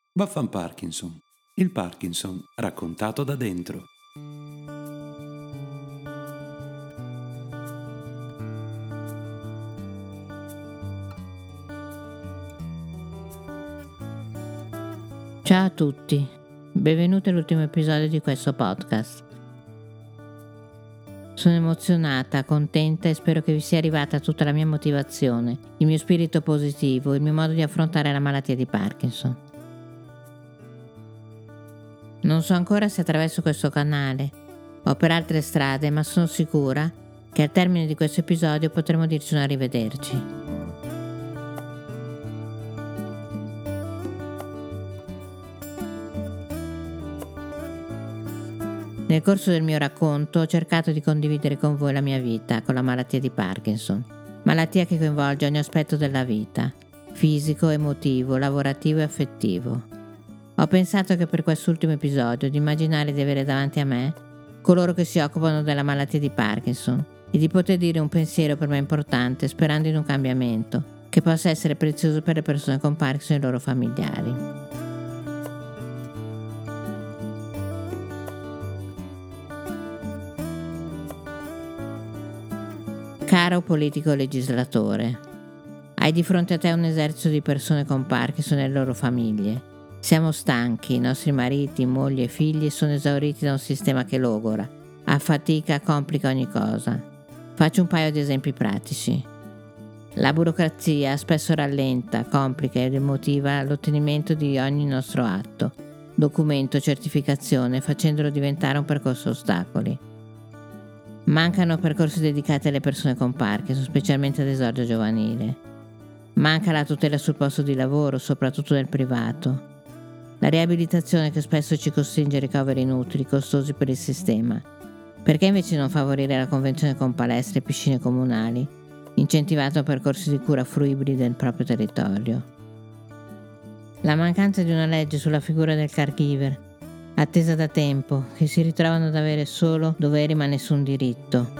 Vaffan Parkinson, il Parkinson raccontato da dentro. Ciao a tutti, benvenuti all'ultimo episodio di questo podcast. Sono emozionata, contenta e spero che vi sia arrivata tutta la mia motivazione, il mio spirito positivo, il mio modo di affrontare la malattia di Parkinson. Non so ancora se attraverso questo canale o per altre strade, ma sono sicura che al termine di questo episodio potremo dirci un arrivederci. Nel corso del mio racconto ho cercato di condividere con voi la mia vita con la malattia di Parkinson, malattia che coinvolge ogni aspetto della vita, fisico, emotivo, lavorativo e affettivo. Ho pensato che per quest'ultimo episodio di immaginare di avere davanti a me coloro che si occupano della malattia di Parkinson e di poter dire un pensiero per me importante sperando in un cambiamento che possa essere prezioso per le persone con Parkinson e i loro familiari. Caro politico legislatore, hai di fronte a te un esercito di persone con Parkinson e le loro famiglie. Siamo stanchi, i nostri mariti, mogli e figli sono esauriti da un sistema che logora, affatica, complica ogni cosa. Faccio un paio di esempi pratici. La burocrazia spesso rallenta, complica e demotiva l'ottenimento di ogni nostro atto, documento, certificazione, facendolo diventare un percorso a ostacoli. Mancano percorsi dedicati alle persone con Parkinson, specialmente ad esordio giovanile. Manca la tutela sul posto di lavoro, soprattutto nel privato. La riabilitazione che spesso ci costringe a ricoveri inutili, costosi per il sistema. Perché invece non favorire la convenzione con palestre e piscine comunali, incentivato percorsi di cura fruibili del proprio territorio? La mancanza di una legge sulla figura del caregiver, attesa da tempo, che si ritrovano ad avere solo doveri ma nessun diritto.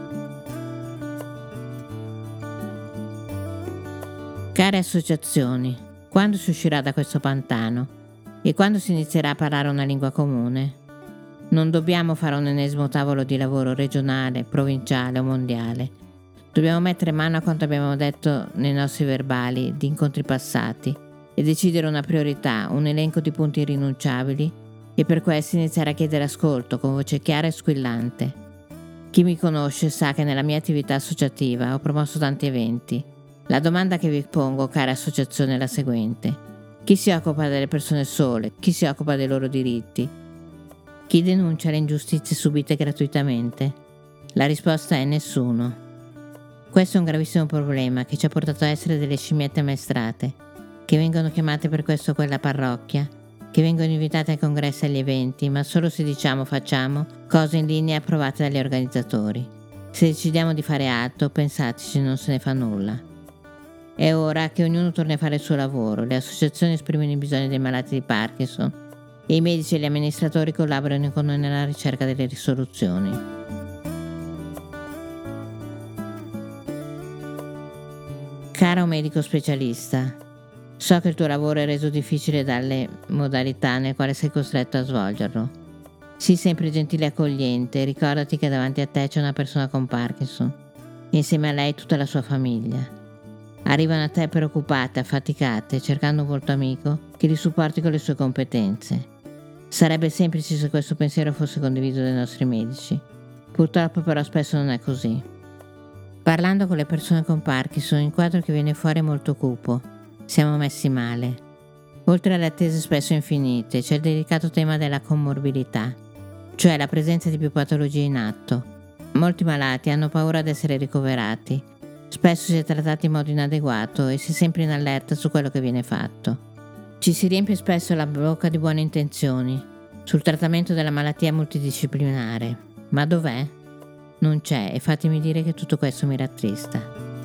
Care associazioni, quando si uscirà da questo pantano? E quando si inizierà a parlare una lingua comune? Non dobbiamo fare un ennesimo tavolo di lavoro regionale, provinciale o mondiale. Dobbiamo mettere mano a quanto abbiamo detto nei nostri verbali di incontri passati e decidere una priorità, un elenco di punti irrinunciabili e per questo iniziare a chiedere ascolto con voce chiara e squillante. Chi mi conosce sa che nella mia attività associativa ho promosso tanti eventi. La domanda che vi pongo, cara associazione, è la seguente. Chi si occupa delle persone sole? Chi si occupa dei loro diritti? Chi denuncia le ingiustizie subite gratuitamente? La risposta è nessuno. Questo è un gravissimo problema che ci ha portato a essere delle scimmiette ammaestrate, che vengono chiamate per questo o quella parrocchia, che vengono invitate ai congressi e agli eventi, ma solo se diciamo facciamo cose in linea approvate dagli organizzatori. Se decidiamo di fare altro, pensateci, non se ne fa nulla. È ora che ognuno torni a fare il suo lavoro, le associazioni esprimono i bisogni dei malati di Parkinson e i medici e gli amministratori collaborano con noi nella ricerca delle risoluzioni. Caro medico specialista, so che il tuo lavoro è reso difficile dalle modalità nel quale sei costretto a svolgerlo. Sii sempre gentile e accogliente e ricordati che davanti a te c'è una persona con Parkinson e insieme a lei tutta la sua famiglia. Arrivano a te preoccupate, affaticate, cercando un volto amico che li supporti con le sue competenze. Sarebbe semplice se questo pensiero fosse condiviso dai nostri medici. Purtroppo però spesso non è così. Parlando con le persone con Parkinson, il quadro che viene fuori è molto cupo. Siamo messi male. Oltre alle attese spesso infinite, c'è il delicato tema della comorbilità, cioè la presenza di più patologie in atto. Molti malati hanno paura di essere ricoverati. Spesso si è trattati in modo inadeguato e si è sempre in allerta su quello che viene fatto. Ci si riempie spesso la bocca di buone intenzioni sul trattamento della malattia multidisciplinare. Ma dov'è? Non c'è e fatemi dire che tutto questo mi rattrista.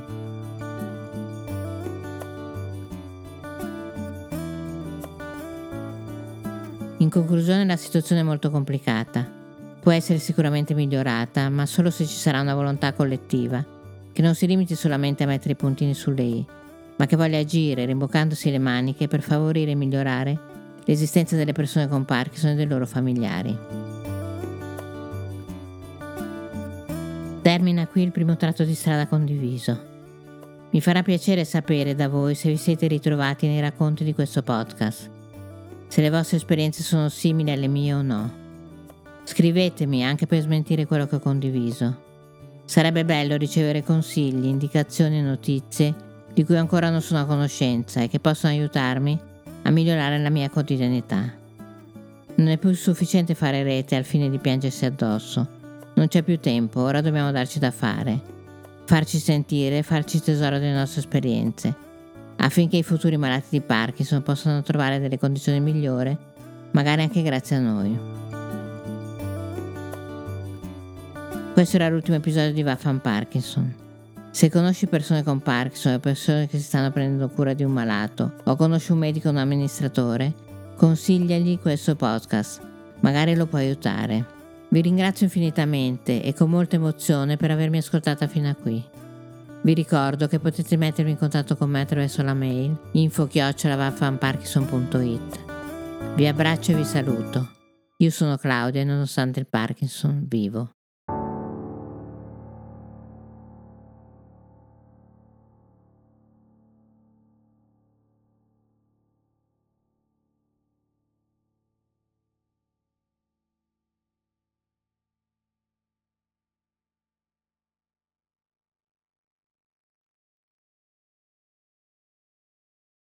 In conclusione, la situazione è molto complicata. Può essere sicuramente migliorata, ma solo se ci sarà una volontà collettiva che non si limiti solamente a mettere i puntini sulle i, ma che voglia agire rimboccandosi le maniche per favorire e migliorare l'esistenza delle persone con Parkinson e dei loro familiari. Termina qui il primo tratto di strada condiviso. Mi farà piacere sapere da voi se vi siete ritrovati nei racconti di questo podcast, se le vostre esperienze sono simili alle mie o no. Scrivetemi anche per smentire quello che ho condiviso. Sarebbe bello ricevere consigli, indicazioni e notizie di cui ancora non sono a conoscenza e che possono aiutarmi a migliorare la mia quotidianità. Non è più sufficiente fare rete al fine di piangersi addosso. Non c'è più tempo, ora dobbiamo darci da fare. Farci sentire, farci tesoro delle nostre esperienze, affinché i futuri malati di Parkinson possano trovare delle condizioni migliori, magari anche grazie a noi. Questo era l'ultimo episodio di Vaffan Parkinson. Se conosci persone con Parkinson o persone che si stanno prendendo cura di un malato, o conosci un medico o un amministratore, consigliagli questo podcast, magari lo può aiutare. Vi ringrazio infinitamente e con molta emozione per avermi ascoltata fino a qui. Vi ricordo che potete mettervi in contatto con me attraverso la mail info@vaffanparkinson.it. Vi abbraccio e vi saluto. Io sono Claudia e nonostante il Parkinson vivo.